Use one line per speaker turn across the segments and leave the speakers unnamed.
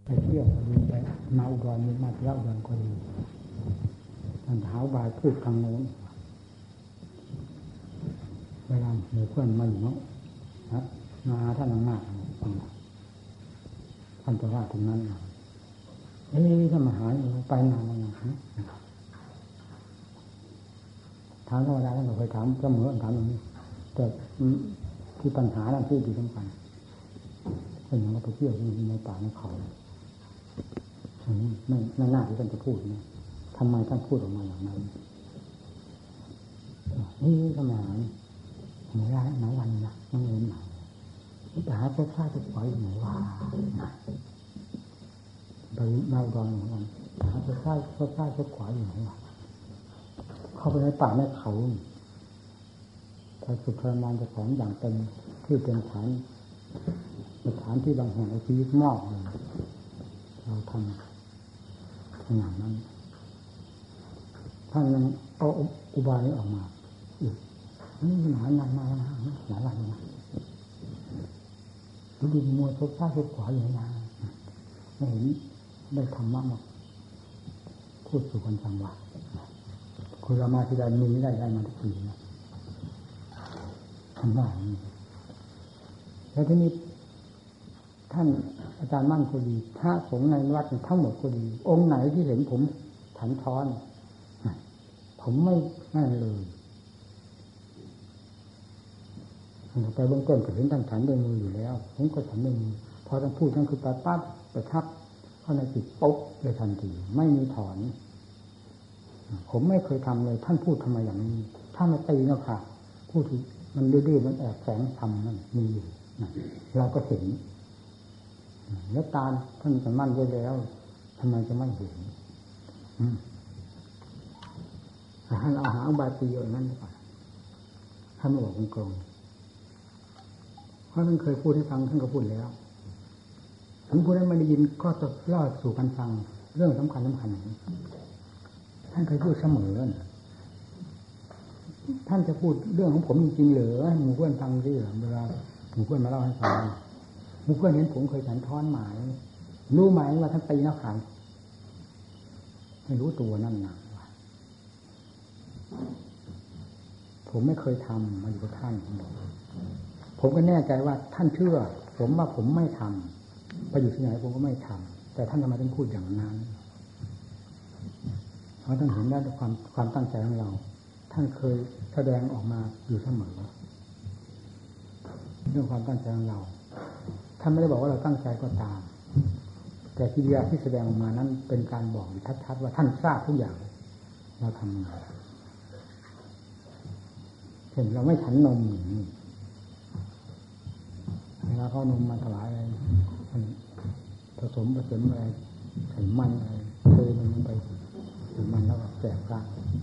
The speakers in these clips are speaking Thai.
ไปเที่ยวก็ดีไปมาอุดรมีมาเที่ยวอุดรก็ดีท่านท้าวบายพูดทางโน้นเวลาหมู่เพื่อนมาอยู่เนาะนะมาท่านมากๆท่านจะว่าตรงนั้นถ้ามาหาไปนานแล้วนะถามธรรมดาท่านก็เคยถามเสมอถามอย่างนี้แต่ที่ปัญหาด้านที่สำคัญคนอย่างเราไปเที่ยวในป่าในเขาไม่น่าที่ท่านจะพูดนะทำไมท่านพูดออกมาอย่างนั้นนี่ทำไมไหนร้ายไหนวันนะน้องเอ็นไหนไปหาเจ้าข้าจะปล่อยไหนว่าไปมาดอนของมันหาเจ้าข้าจะปล่อยอยู่ไหนวะเข้าไปในป่าในเขาถ้าสุดทรมานจะของอย่างเต็มที่เป็นสถานที่บางแห่งเอาชีวิตมอบเลยเราทำอย่างนั้นท่านยังเอาอุบายนี้ออกมานี่หานานมาแล้วนะหลายวันนะดูมัวชกซ้ายชกขวาอย่างนั้นไม่เห็นได้ธรรมะมาพูดสู่กันฟังว่าคนเรามาที่ใดมีไม่ได้มาทุกทีนะทำได้แล้วทีนี้ท่านอาจารย์มั่นก็ดีพระสงฆ์ในวัดทั้งหมดก็ดีองค์ไหนที่เห็นผมฉันท้อนผมไม่นั่นเลยไปเบื้องต้นก็เห็นท่านฉันด้วยมืออยู่แล้วผมก็ฉันด้วยมือพอท่านพูดท่านคือปั๊บไปทับเข้าในจิตปุ๊บเลยทันทีไม่มีถอนผมไม่เคยทำเลยท่านพูดทำไมอย่างนี้ถ้ามาตีเนาะค่ะพูดที่มันดื้อๆมันแอบแฝงทำนั่นมีอยู่เราก็เห็นแล้วตาท่านจะมั่นไว้แล้วทำไมจะไม่เห็นท่านเอาหาอุบายตีอย่างนั้นดีกว่าท่านไม่บอกตรงๆเพราะท่านเคยพูดให้ฟังท่านก็พูดแล้วท่านพูดนั้นไม่ได้ยินก็จะเล่าสู่กันฟังเรื่องสำคัญท่านเคยพูดเสมอท่านจะพูดเรื่องของผมจริงๆเหรอให้หมู่เพื่อนฟังสิเวลาหมู่เพื่อนมาเล่าให้ฟังหมู่เพื่อนเห็นผมเคยฉันท้อนหมายรู้ไหมว่าท่านตีนักขันไม่รู้ตัวนั่นนะผมไม่เคยทำมาอยู่กับท่านผมก็แน่ใจว่าท่านเชื่อผมว่าผมไม่ทำไปอยู่ที่ไหนผมก็ไม่ทำแต่ท่านทำไมถึงพูดอย่างนั้นเพราะท่านเห็นได้ด้วยความตั้งใจของเราท่านเคยแสดงออกมาอยู่เสมอเรื่องความตั้งใจของเราท่านไม่ได้บอกว่าเราตั้งใจก็ตามแต่กิริยาที่แสดงออกมานั้นเป็นการบอกชัดๆว่าท่านทราบทุกอย่างเราทำงานเห็นเราไม่ฉันนมอย่างนี้เวลาเขานมมาถวายอะไรผสมอะไรไขมันอะไรเทมันลงไปถึงมันแล้วก็แจกพระ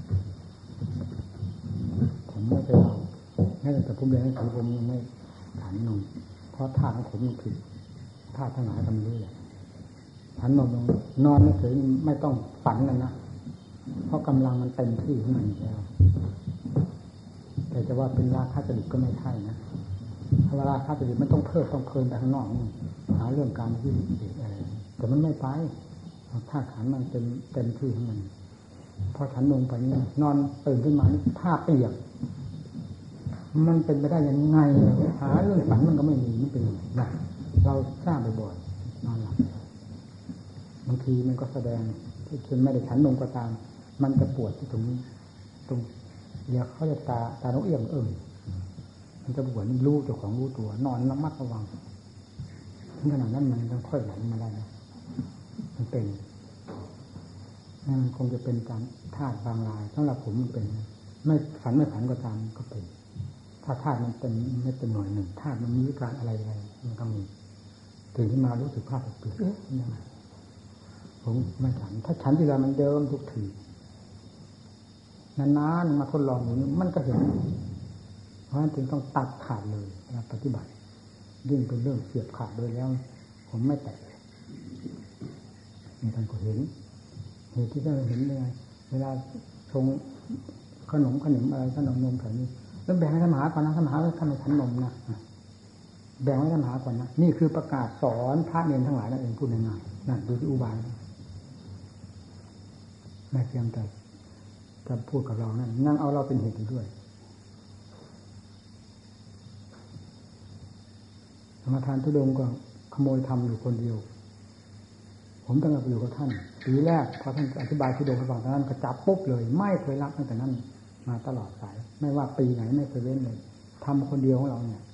ผมไม่เคยเอาแม้แต่ผมเรียนหนังสือผมยังไม่ฉันนมเพราะท่าของผมมันผิดท่าทั้งหลายทำด้วยฉันนมนอนไม่เคยไม่ต้องฝันนะเพราะกำลังมันเต็มที่ของมันแล้วแต่จะว่าเป็นราคะจริตก็ไม่ใช่นะถ้าราคะจริตมันต้องเพิ่มต้องเพลินไปข้างนอกหาเรื่องการวิ่งอะไรแต่มันไม่ไปถ้าขันมันเต็มที่ของมันพอฉันลงไปนี่นอนตื่นขึ้นมาผ้าเปียกมันเป็นไปได้ยังไงหาเรื่องฝันมันก็ไม่มีมันเป็นนะเราทราบบ่อยๆนอนหลับบางทีมันก็แสดงจนไม่ได้ฉันลงก็ตามมันจะปวดที่ตรงนี้ตรงเดี๋ยวเขาจะตานกเอี้ยงมันจะปวดรู้เจ้าของรู้ตัวนอนระมัดระวังขนาดนั้นมันต้องค่อยไหลมาได้นะมันเป็นมันคงจะเป็นการธาตุบางรายสำหรับผมมันเป็นไม่ฝันก็ตามก็เป็นถ้าธาตุมันเป็นไม่เป็นหน่วยหนึ่งธาตุมันมีวิการอะไรมันก็มีตื่นขึ้นมารู้สึกภาพเปลี่ยนยังไงผมไม่ฉันถ้าฉันที่เรามันเดิมทุกทีนานๆมาทดลองอยู่มันก็เห็นเพราะฉะนั้นจึงต้องตัดขาดเลยนะปฏิบัติยิ่งเป็นเรื่องเสียบขาดโดยแล้วผมไม่แตะท่านก็เห็นเหตุที่ท่านเห็นเลยเวลาชงขนมอะไรขนมนมแบบนี้แล้วแบ่งให้ท่านมหาก่อนนะท่านมหาแล้วท่านไม่ฉันนมนะแบ่งให้ท่านมหาก่อนนะนี่คือประกาศสอนพระเนรทั้งหลายนั่นเองพูดง่ายนั่นดูที่อุบายไม่เพียงแต่จะพูดกับเรานั่นนั่งเอาเราเป็นเหตุอยู่ด้วยธรรมทานทุดงก็ขโมยทำอยู่คนเดียวผมตั้งแต่อยู่กับท่านปีแรกพอท่านอธิบายทุดงให้ฟังตอนนั้นก็จับปุ๊บเลยไม่เคยรับตั้งแต่นั้นมาตลอดสายไม่ว่าปีไหนไม่เคยเว้นเลยทำคนเดียวของเราเนี่ย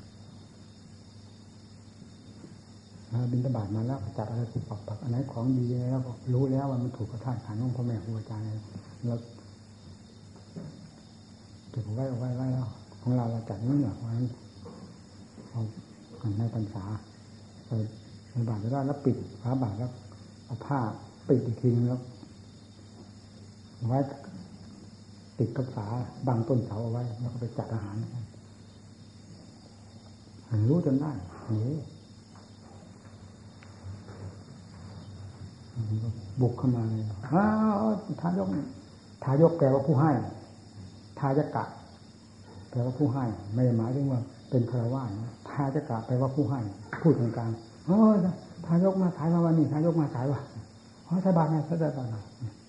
บิณฑบาตมาแล้วจัดอะไรถูกปักอันไหนของดีแล้วก็รู้แล้วว่ามันถูกกระทานขันของพ่อแม่ครูอาจารย์แล้วเก็บไว้แล้วของเราจัดนี่เหรอเพราะฉะนั้นเอาในพรรษาไปในบาตรแล้วปิดฝาบาตรแล้วเอาผ้าปิดอีกทีนึงแล้วไว้ติดกับฝาบังต้นเสาเอาไว้แล้วก็ไปจัดอาหารรู้จนได้บุกเข้ามาเลยทายกแปลว่าผู้ให้ทายกะแปลว่าผู้ให้ไม่ได้หมายถึงว่าเป็นคารวะทายกะแปลว่าผู้ให้พูดตรงกลางทายกมาสายมาวันนี้ทายกมาสายว่ะสบายไงสบาย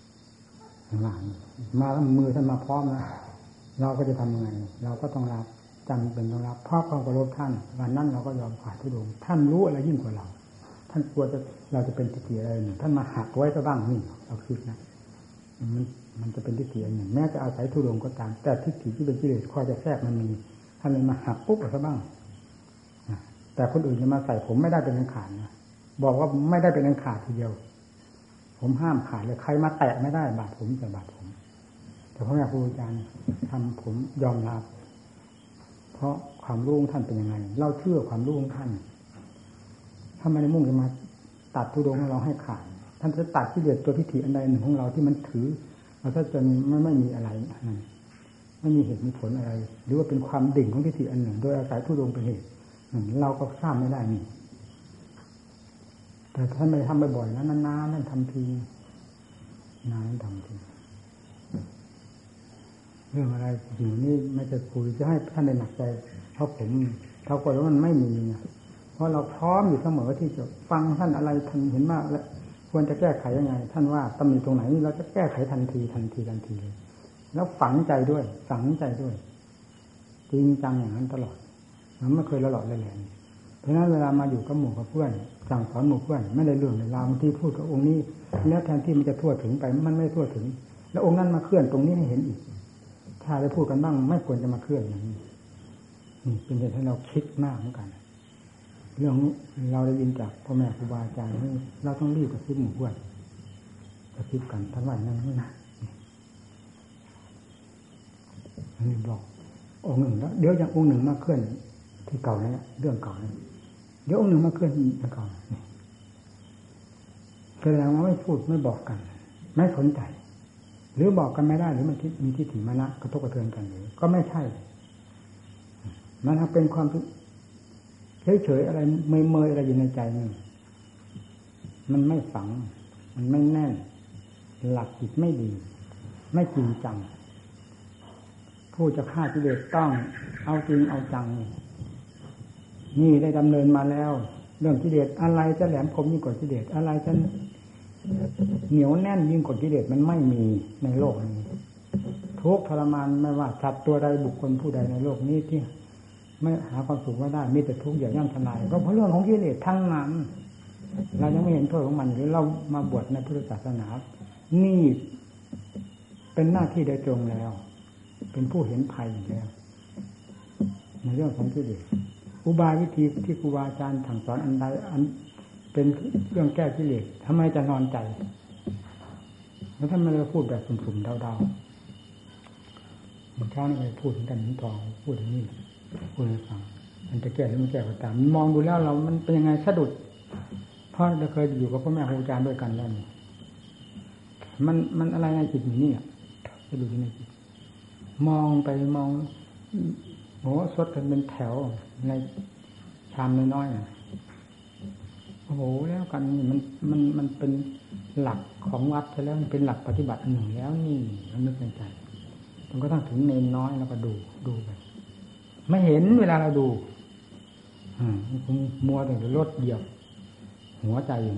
มาแล้วมือท่านมาพร้อมนะเราก็จะทำยังไงเราก็ต้องรับจำเป็นต้องรับเพราะความเคารพท่านวันนั้นเราก็ยอมขาดทุดงท่านรู้อะไรยิ่งกว่าเราท่านกลัวเราจะเป็นทิฏฐิอะไรหนึ่งท่านมาหักไว้ซะบ้างนี่เราคิดนะมันจะเป็นทิฏฐิอันหนึ่งแม้จะอาศัยทุดงก็ตามแต่ทิฏฐิที่เป็นกิเลสคอยจะแทรกมันมีท่านเลยมาหักปุ๊บซะบ้างแต่คนอื่นจะมาใส่ผมไม่ได้เป็นอันขาดนะบอกว่าไม่ได้เป็นอันขาดทีเดียวผมห้ามขาดเลยใครมาแตะไม่ได้บาดผมจะบาดผมแต่พ่อแม่ครูอาจารย์ทำผมยอมรับเพราะความรู้ของท่านเป็นยังไงเราเชื่อความรู้ของท่านถ้าไม่ได้มุ่งจะมาตัดทุดงให้เราให้ขาดท่านจะตัดกิเลสตัวทิฏฐิอันใดหนึ่งของเราที่มันถือเราถ้าจนไม่มีอะไรนั่นไม่มีเหตุมีผลอะไรหรือว่าเป็นความดิ่งของทิฏฐิอันหนึ่งโดยอาศัยทุดงเป็นเหตุเราก็ทราบไม่ได้นี่แต่ท่านไม่ทำบ่อยๆนะนานๆนั่นทำทีนานทำทีเรื่องอะไรอยู่นี่ไม่จะคุยจะให้ท่านได้หนักใจเพราะผมเท่ากับว่ามันไม่มีเนี่ยเพราะเราพร้อมอยู่เสมอที่จะฟังท่านอะไรท่านเห็นมากแล้วควรจะแก้ไขยังไงท่านว่าตำหนิตรงไหนเราจะแก้ไขทันทีเลยแล้วฝังใจด้วยจริงจังอย่างนั้นตลอดมันไม่เคยละหลอดละแหลงเพราะนั้นเวลามาอยู่กับหมู่กับเพื่อนสั่งสอนหมู่เพื่อนไม่ได้เรื่องในราวบางทีพูดกับองค์นี้แล้วแทนที่มันจะทั่วถึงไปมันไม่ทั่วถึงแล้วองค์นั้นมาเคลื่อนตรงนี้ให้เห็นอีกถ้าได้พูดกันบ้างไม่ควรจะมาเคลื่อนอย่างนี้นี่เป็นเหตุให้เราคิดมากเหมือนกันเรื่องเราได้ยินจากพ่อแม่ครูบาอาจารย์เราต้องรีบกับซิบหมู่เพื่อนกระซิบกันท่านว่าอย่างนั้นนะอันนี้บอกองค์หนึ่งแล้วเดี๋ยวอย่างองค์หนึ่งมาเคลื่อนที่เก่านั่นแหละเรื่องเก่านั่นเดี๋ยวองค์หนึ่งมาเคลื่อนที่เก่าแสดงว่าไม่พูดไม่บอกกันไม่สนใจหรือบอกกันไม่ได้หรือมันมีทิฏฐิมานะกระทบกระเทือนกันหรือก็ไม่ใช่มันเป็นความเฉยๆอะไรเมยๆอะไรอยู่ในใจนี่มันไม่ฝังมันไม่แน่นหลักจิตไม่ดีไม่จริงจังผู้จะฆ่ากิเลสต้องเอาจริงเอาจังนี่ได้ดำเนินมาแล้วเรื่องกิเลสอะไรจะแหลมคมยิ่งกว่ากิเลสอะไรจะเหนียวแน่นยิ่งกว่ากิเลสมันไม่มีในโลกนี้ทุกข์ทรมานไม่ว่าสัตว์ตัวใดบุคคลผู้ใดในโลกนี้ที่ไม่หาความสุขว่าได้มีแต่ทุกข์อย่างย่ำทลายก็เพราะเรื่องของกิเลสทั้งนั้นเรายังไม่เห็นโทษของมันหรือเรามาบวชในพุทธศาสนานี่เป็นหน้าที่โดยตรงแล้วเป็นผู้เห็นภัยแล้วในเรื่องของกิเลสอุบายวิธีที่ครูบาอาจารย์สั่งสอนอันใดอันเป็นเรื่องแก้กิเลสทำไมจะนอนใจแล้วท่านไม่ได้พูดแบบสุ่มๆเดาๆเมื่อเช้านี่ไปพูดถึงกันถึงทองพูดอย่างนี้พูดให้ฟังมันจะแก้หรือไม่แก้ก็ตามมองดูแล้วเรามันเป็นยังไงสะดุดเพราะเราเคยอยู่กับพ่อแม่ครูอาจารย์ด้วยกันแล้วนี่มันอะไรในจิตนี่อ่ะสะดุดในจิตมองไปมองโอ้สดกันเป็นแถวในชามน้อยๆโอ้โหแล้วกันนี่มันเป็นหลักของวัดใช่แล้วมันเป็นหลักปฏิบัติอันหนึ่งแล้วนี่เรานึกในใจจนกระทั่งถึงเนนน้อยแล้วก็ดูไปไม่เห็นเวลาเราดูมัวแต่รถเหยียบหัวใจอยู่นั่น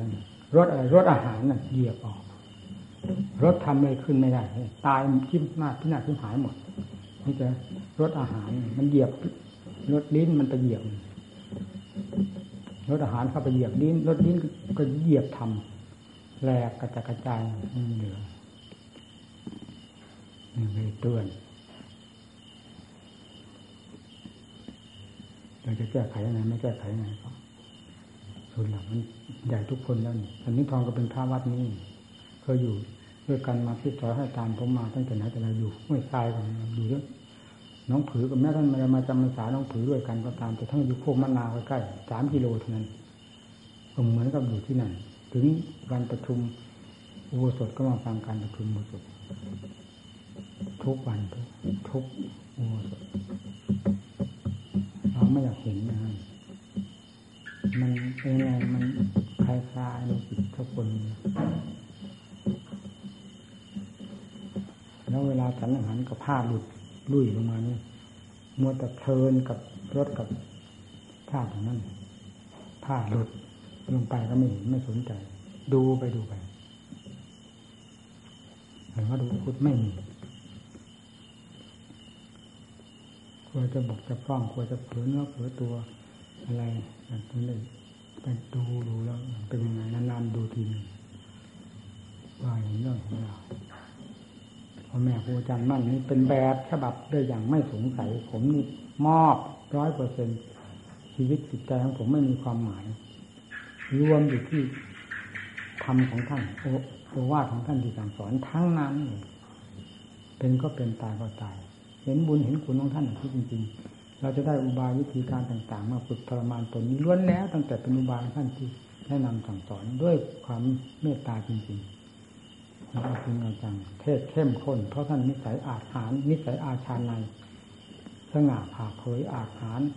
รถอะไรรถอาหารน่ะเหยียบออกรถทำอะไรขึ้นไม่ได้ตายชิ้นหน้าพินาศทิ้งหายหมดนี่จะรถอาหารมันเหยียบรถลิ้นมันไปเหยียบรถอาหารเข้าไปเหยียบลิ้นรถลิ้นก็เหยียบทำแหลกกระจายกระจายไม่เหลือนี่ไม่เตือนเราจะแก้ไขยังไงไม่แก้ไขยังไงก็ส่วนหลังมันใหญ่ทุกคนแล้วนี่อันนี้ทองก็เป็นพระวัดนี้เคยอยู่ด้วยกันมาที่ซอยให้ตามผมมาตั้งแต่ไหนแต่ไรอยู่ห้วยทรายกันอยู่ด้วยน้องผือกับแม่ท่านมาจำพรรษาน้องผือด้วยกันก็ตามแต่ทั้งอยู่โคกมะนาวใกล้ๆ3 กิโลเท่านั้นก็เหมือนกับอยู่ที่นั่นถึงวันประชุมอุโบสถก็มาฟังการประชุมอุโบสถทุกวันทุกอุโบสถเราไม่อยากเห็นนะมันเป็นไงมันคลายๆในจิตทุกคนแล้วเวลาฉันอาหารก็ผ้าหลุดลุ่ยลงมานี่มัวแต่เพลินกับรถกับผ้าอย่างนั้นผ้าหลุดลงไปก็ไม่เห็นไม่สนใจดูไปเห็นว่าดูพุทธไม่มีควรจะบอกจะฟ้องควรจะเผลอเนื้อเผลอตัวอะไรแบบนี้ไปดูแล้วเป็นยังไงนานๆดูทีนึงว่าอย่างเรื่องของเราพ่อแม่ครูอาจารย์มั่นนี่เป็นแบบฉบับด้วยอย่างไม่สงสัยผมนี่มอบ 100% ชีวิตจิตใจของผมไม่มีความหมายรวมอยู่ที่ธรรมของท่านโอวาทของท่านที่สั่งสอนทั้งนั้นเป็นก็เป็นตายก็ตายเห็นบุญเห็นคุณของท่านที่จริงๆเราจะได้อุบายวิธีการต่างๆมาฝึกทรมานตนนี้ล้วนแล้วตั้งแต่เป็นอุบายท่านที่แนะนำสั่งสอนด้วยความเมตตาจริงๆแล้วจริงจังเทศเข้มข้นเพราะท่านนิสัยอาถรรพ์นิสัยอาชาในสง่าผ่าเผยอาถรรพ์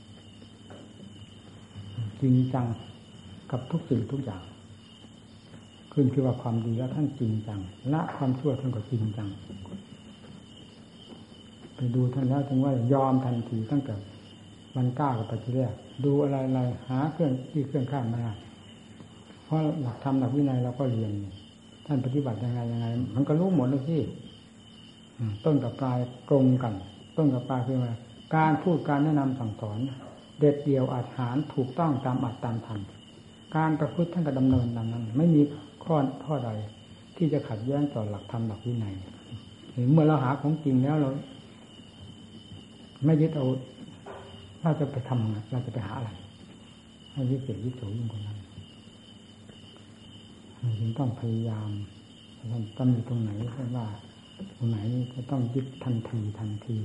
จริงจังกับทุกสิ่งทุกอย่างขึ้นคือว่าความดีแล้วท่านจริงจังละความชั่วท่านก็จริงจังไปดูท่านแล้วถึงว่ายอมทันทีตั้งแต่วันก้าวกับปัจจุบันดูอะไรหาเครื่องข้ามไม่ได้เพราะหลักธรรมหลักวินัยเราก็เรียนท่านปฏิบัติยังไงมันก็รู้หมดเลยที่ต้นกับปลายตรงกันต้นกับปลายคือว่าการพูดการแนะนำสั่งสอนเด็ดเดี่ยวอาจหารถูกต้องตามอัตตามธรรมการประพฤติท่านก็ดำเนินดังนั้นไม่มีข้อใดที่จะขัดแย้งต่อหลักธรรมหลักวินัยเมื่อเราหาของจริงแล้วเราไม่ยึดเอาเราจะไปทำอะไรเราจะไปหาอะไรให้วิเศษวิโสยิ่งกว่านั้นจึงต้องพยายามต้องมีตรงไหนว่าตรงไหนจะต้องยึดทันที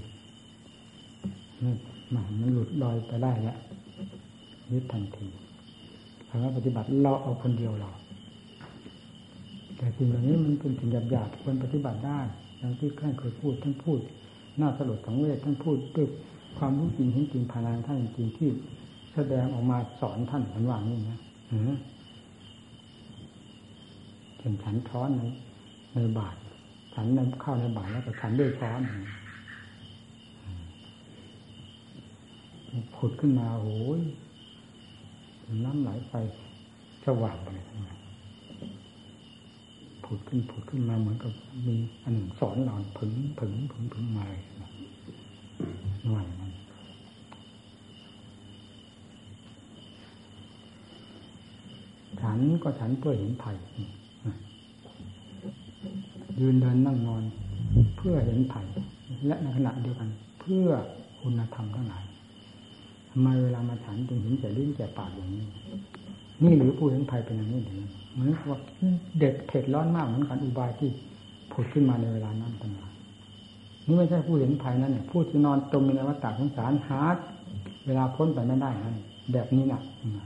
มันหลุดลอยไปได้แล้วยึดทันทีเพราะว่าปฏิบัติเราเอาคนเดียวเราแต่สิ่งเหล่านี้มันเป็นสิ่งหยาบๆควรปฏิบัติได้อย่างที่ท่านเคยพูดท่านพูดน่าสลดสังเวชท่านพูดด้วยความรู้จริงเห็นจริงภายในท่านจริงที่แสดงออกมาสอนท่านเหมือนว่านี่นะเห็นฉันช้อนในบาตรฉันในข้าวในบาตรแล้วก็ฉันด้วยช้อนผุดขึ้นมาโอ้ยน้ำไหลไปสว่างเลยผุดขึ้นมาเหมือนกับมีอันหนึ่งสอนเราผึ่งมาเลยหน่วยมันฉันก็ฉันเพื่อเห็นภัยยืนเดินนั่งนอนเพื่อเห็นภัยและในขณะเดียวกันเพื่อคุณธรรมทั้งหลายทำไมเวลามาฉันจึงเห็นแต่ลิ้นแต่ปากอย่างนี้นี่หรือผู้เห็นภัยเป็นอย่างนี้หรือเหมือนว่าเด็กเผ็ดร้อนมากเหมือนกันอุบายที่ผุดขึ้นมาในเวลานั้นต่างหากนี่ไม่ใช่ผู้เห็นภัยนั่นเนี่ยผู้ที่นอนจมในวัฏฏะสงสารหาเวลาพ้นไปไม่ได้นั่นแบบนี้น่ะ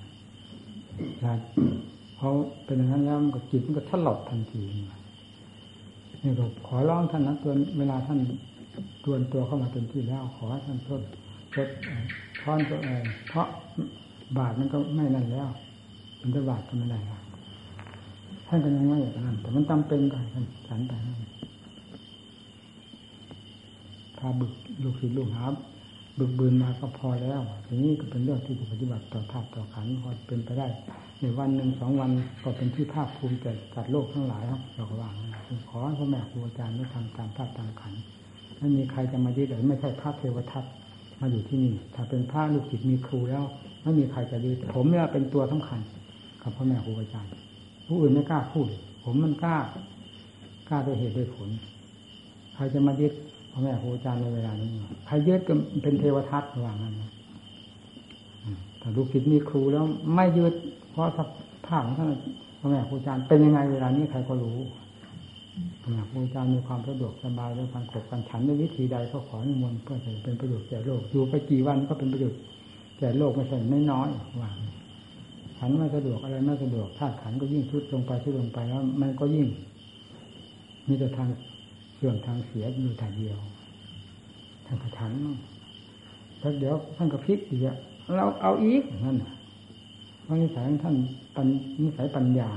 เพราะเป็นอย่างนั้นแล้วมันก็จิตมันก็ถลดทันทีนี่ก็ขอร้องท่านนะตัวเวลาท่านจวนตัวเข้ามาเต็มที่แล้วขอให้ท่านทดช้อนตัวเพราะบาทมันก็ไม่นั่นแล้วมันจะบาทก็ไม่ได้แล้วท่านก็ยังไม่อย่างนั้นแต่มันจำเป็นก่อนฉันไปพาบึกลูกศิษย์ลูกหาบึกบืนมาก็พอแล้วทีนี้ก็เป็นเรื่องที่จะปฏิบัติต่อธาตุต่อขันธ์พอเป็นไปได้ในวันหนึ่งสองวันก็เป็นที่ภาคภูมิใจจัดโลกทั้งหลายครับเราก็ว่าขอให้พ่อแม่ครูอาจารย์ได้ทำตามธาตุตามขันธ์ไม่มีใครจะมายึดเลยไม่ใช่พระเทวทัตมาอยู่ที่นี่ถ้าเป็นพระลูกศิษย์มีครูแล้วไม่มีใครจะยึดผมเนี่ยเป็นตัวสำคัญกับพ่อแม่ครูอาจารย์ผู้อื่นไม่กล้าพูดผมมันกล้าด้วยเหตุด้วยผลใครจะมายึดพ่อแม่ครูอาจารย์ในเวลานี้ใครยึดก็เป็นเทวทัตว่างั้นนะถ้าลูกศิษย์มีครูแล้วไม่ยึดเพราะสภาพของท่านพ่อแม่ครูอาจารย์เป็นยังไงเวลานี้ใครก็รู้พ่อแม่ครูอาจารย์มีความสะดวกสบายด้วยการขบการฉันในวิธีใดก็ขอนิมนต์เพื่อจะเป็นประโยชน์แก่โลกอยู่ไปกี่วันก็เป็นประโยชน์แก่โลกไม่ใช่น้อยๆว่าฉันไม่สะดวกอะไรไม่สะดวกธาตุขันธ์ก็ยิ่งชุดลงไปแล้วมันก็ยิ่งมีแต่ทางเสื่อมทางเสียอยู่แต่เดียวท่านก็ฉันแล้วเดี๋ยวท่านก็พลิกอีกเราเอาอีกนั่นเพราะนิสัยของท่านนิสัยปัญญา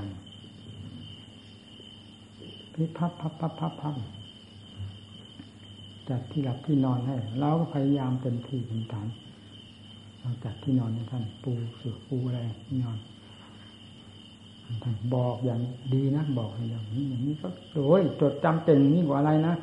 พลิกพับจัดที่หลับที่นอนให้เราก็พยายามเต็มที่เต็มฐานเราจัดที่นอนให้ท่านปูเสื่อปูอะไรที่นอนท่านบอกอย่างดีนะบอกอย่างนี้ก็โอ้ยจดจำเก่งนี่กว่าอะไรนะ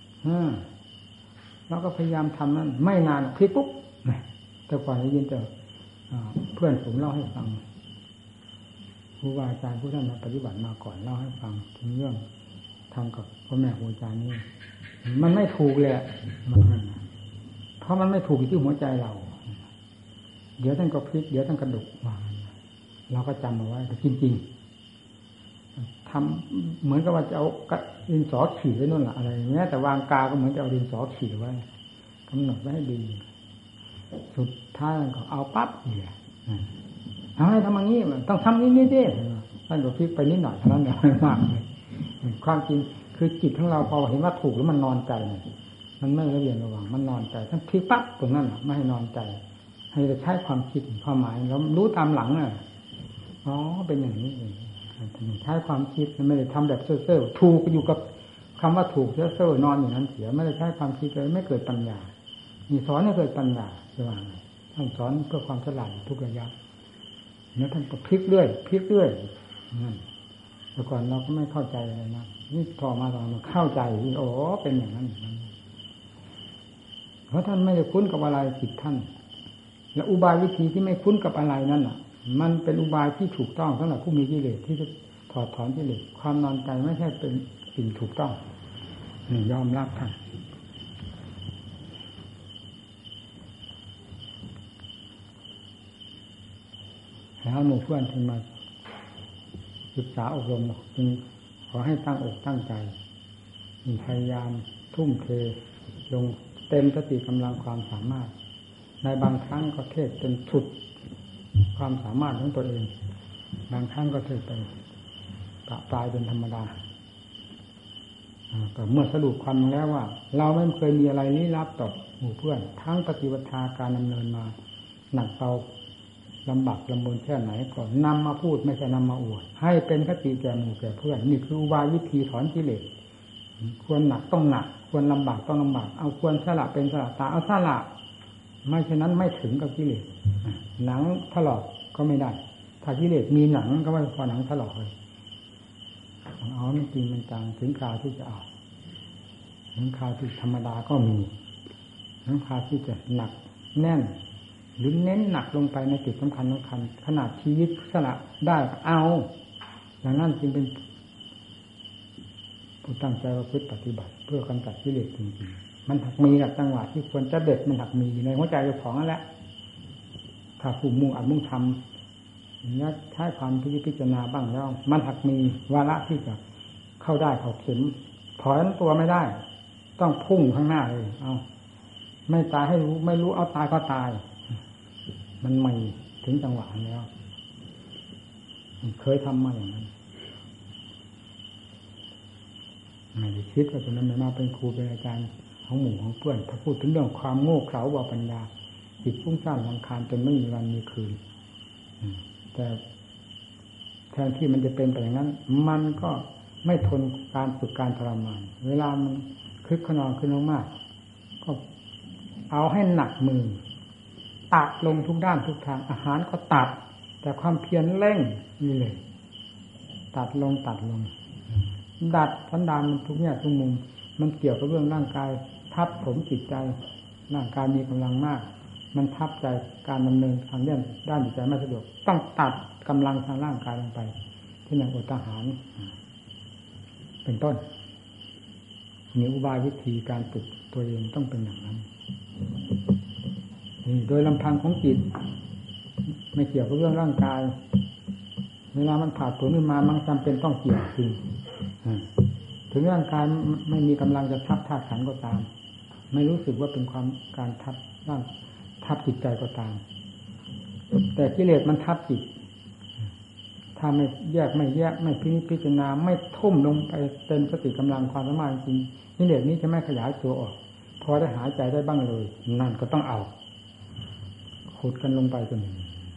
เราก็พยายามทำนั้นไม่นานพลิกปุ๊บแต่ก่อนได้ยินแต่เพื่อนผมเล่าให้ฟังครูบาอาจารย์ผู้ท่านมาปฏิบัติมาก่อนเล่าให้ฟังถึงเรื่องทำกับพ่อแม่ครูอาจารย์นี่มันไม่ถูกเลยเพราะมันไม่ถูกที่หัวใจเราเดี๋ยวท่านก็พลิกเดี๋ยวท่านกระดุกมาเราก็จำเอาไว้แต่จริงๆทำเหมือนกับว่าจะเอาดินสอขีดไว้นู่นแหละอะไรแม้แต่วางกาก็เหมือนจะเอาดินสอขีดไว้กำหนดไว้ให้ดีสุดท้ายก็เอาปั๊บเนี่ยเอาให้ทำอย่างนี้ต้องทำนี่ดิท่านก็พลิกไปนิดหน่อยเท่านั้นเองไม่มากเลยความจริงคือจิตของเราพอเห็นว่าถูกแล้วมันนอนใจมันไม่ระเบียบระวังมันนอนใจท่านพลิกปั๊บตรงนั้นไม่ให้นอนใจให้เราใช้ความคิดความหมายเรารู้ตามหลังอ๋อเป็นอย่างนี้เองใช้ความคิดไม่ได้ทำแบบเซ่อๆถูกอยู่กับคำว่าถูกเซ่อๆนอนอย่างนั้นเสียไม่ได้ใช้ความคิดเลยไม่เกิดปัญญามีสอนให้เกิดปัญญาจะว่าไงท่านสอนเพื่อความฉลาดทุกระยะแล้วท่านก็พลิกเรื่อยแต่ก่อนเราก็ไม่เข้าใจอะไรนะนี่พอมาตอนเราเข้าใจโอ้เป็นอย่างนั้นเพราะท่านไม่ได้คุ้นกับอะไรจิตท่านและอุบายวิธีที่ไม่คุ้นกับอะไรนั่นมันเป็นอุบายที่ถูกต้องสำหรับผู้มีกิเลสที่จะถอดถอนกิเลสความนอนใจไม่ใช่เป็นสิ่งถูกต้องนี่ยอมรับท่านแล้วหมู่เพื่อนที่มาศึกษาอบรมจึงขอให้ตั้งอกตั้งใจพยายามทุ่มเทลงเต็มสติกำลังความสามารถในบางครั้งก็เทศจนสุดความสามารถของตัวเองบางครั้งก็เทศไปปลายเป็นธรรมดาแต่เมื่อสรุปความแล้วว่าเราไม่เคยมีอะไรลี้ลับต่อหมู่เพื่อนทั้งปฏิบัติการดำเนินมาหนักเบาลำบากลำบนแค่ไหนก็นำมาพูดไม่ใช่นำมาอวดให้เป็นคติแก่หมู่แก่เพื่อนนี่คืออุบายวิธีถอนกิเลสควรหนักต้องหนักควรลำบากต้องลำบากเอาควรสละเป็นสละตาเอาสละไม่เช่นนั้นไม่ถึงกับกิเลสหนังถลอกก็ไม่ได้ถ้ากิเลสมีหนังก็ไม่พอหนังถลอกเลยเอาไม่จริงมันจังถึงคราวที่จะเอาถึงคราวที่ธรรมดาก็มีถึงคราวที่จะหนักแน่นหรือเน้นหนักลงไปในจุดสำคัญขนาดชีวิตสละได้เอาอย่างนั้นจึงเป็นผู้ตั้งใจประพฤติปฏิบัติเพื่อกำจัดกิเลสจริงๆมันหักมีหลักจังหวะที่ควรจะเด็ดมันหักมีในหัวใจเจ้าของนั่นแหละถ้าผู้มุ่งอัดมุ่งทำนักใช้ความพิจารณาบ้างแล้วมันหักมีวาระที่จะเข้าได้เข้าเข็มถอนตัวไม่ได้ต้องพุ่งข้างหน้าเลยเอาไม่ตายให้รู้ไม่รู้เอาตายก็ตายมันไม่ถึงจังหวะแล้วเคยทำมาอย่างนั้นไม่ได้คิดว่าจะนำมาเป็นครูเป็นอาจารย์ของหมู่ของเพื่อนถ้าพูดถึงเรื่องความโง่เขลาว่าปัญญาจิตฟุ้งซ่านรำคาญจนไม่มีวันมีคืนแต่แทนที่มันจะเป็นไปอย่างนั้นมันก็ไม่ทนการฝึกการทรมานเวลามันคึกขนองขึ้นมากๆก็เอาให้หนักมือตัดลงทุกด้านทุกทางอาหารก็ตัดแต่ความเพียรเร่งนี่เลยตัดลงดัดสันดานมันทุกแง่ทุกมุมมันเกี่ยวกับเรื่องร่างกายทับถมจิตใจร่างกายมีกำลังมากมันทับใจการดำเนินทางด้านจิตใจไม่สะดวกต้องตัดกำลังทางร่างกายลงไปเช่นอย่างอดอาหารเป็นต้นมีอุบายวิธีการฝึกตัวเองต้องเป็นอย่างนั้นโดยลำพังของจิตไม่เกี่ยวกับเรื่องร่างกายเวลามันผ่าตัวขึ้นมามันจำเป็นต้องเกี่ยวจริงถึงร่างกายไม่มีกำลังจะทับธาตุขันธ์ก็ตามไม่รู้สึกว่าเป็นความการทับจิตใจก็ตามแต่กิเลสมันทับจิตถ้าไม่แยกไม่พิจารณาไม่ทุ่มลงไปเต็มสติกำลังความสามารถจริงกิเลสนี้จะไม่ขยายตัวออกพอได้หายใจได้บ้างเลยนั่นก็ต้องเอาขุดกันลงไปจน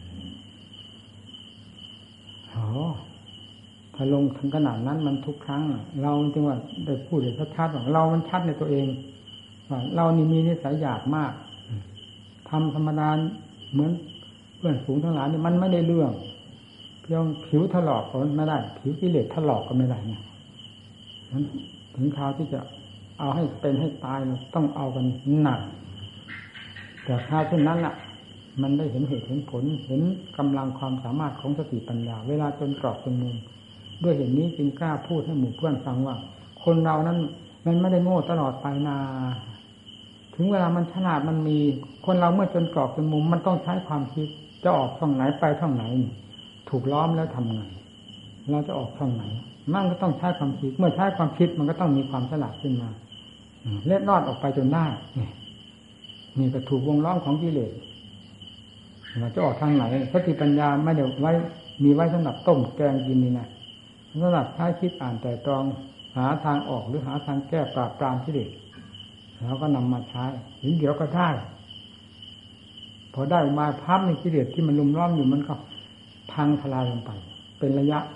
ถ้าลงถึงขนาดนั้นมันทุกครั้งเราจึงว่าได้พูดได้ชัดๆว่าเรามันชัดในตัวเองว่าเรานี่มีนิสัยหยาบมากทำธรรมดาเหมือนเพื่อนฝูงทั้งหลายนี่มันไม่ได้เรื่องเพียงผิวถลอกก็ไม่ได้ผิวกิเลสถลอกก็ไม่ได้เนี่ยนั้นถึงคราวที่จะเอาให้เป็นให้ตายต้องเอากันหนักแต่คราวเช่นนั้นล่ะมันได้เห็นเหตุเห็นผลเห็นกำลังความสามารถของสติปัญญาเวลาจนกรอบจนมุมด้วยเหตุนี้จึงกล้าพูดให้หมู่เพื่อนฟังว่าคนเรานั้นมันไม่ได้โง่ตลอดไปนาถึงเวลามันฉลาดมันมีคนเราเมื่อจนกรอบจนมุมมันต้องใช้ความคิดจะออกช่องไหนไปช่องไหนถูกล้อมแล้วทำไงเราจะออกช่องไหนมันก็ต้องใช้ความคิดเมื่อใช้ความคิดมันก็ต้องมีความฉลาดขึ้นมาเล็ดลอดออกไปจนได้นี่ก็ถูกวงล้อมของกิเลสเราจะออกทางไหนสติปัญญาไม่ได้ไว้มีไว้สำหรับต้มแกงกินนี่นะสำหรับใช้คิดอ่านแต่ตรองหาทางออกหรือหาทางแก้ปราบปรามกิเลสแล้วก็นำมาใช้ถึงเดี๋ยวก็ได้พอได้มาภาพในกิเลสที่มันลุมล้อมอยู่มันก็พังทลายลงไปเป็นระยะ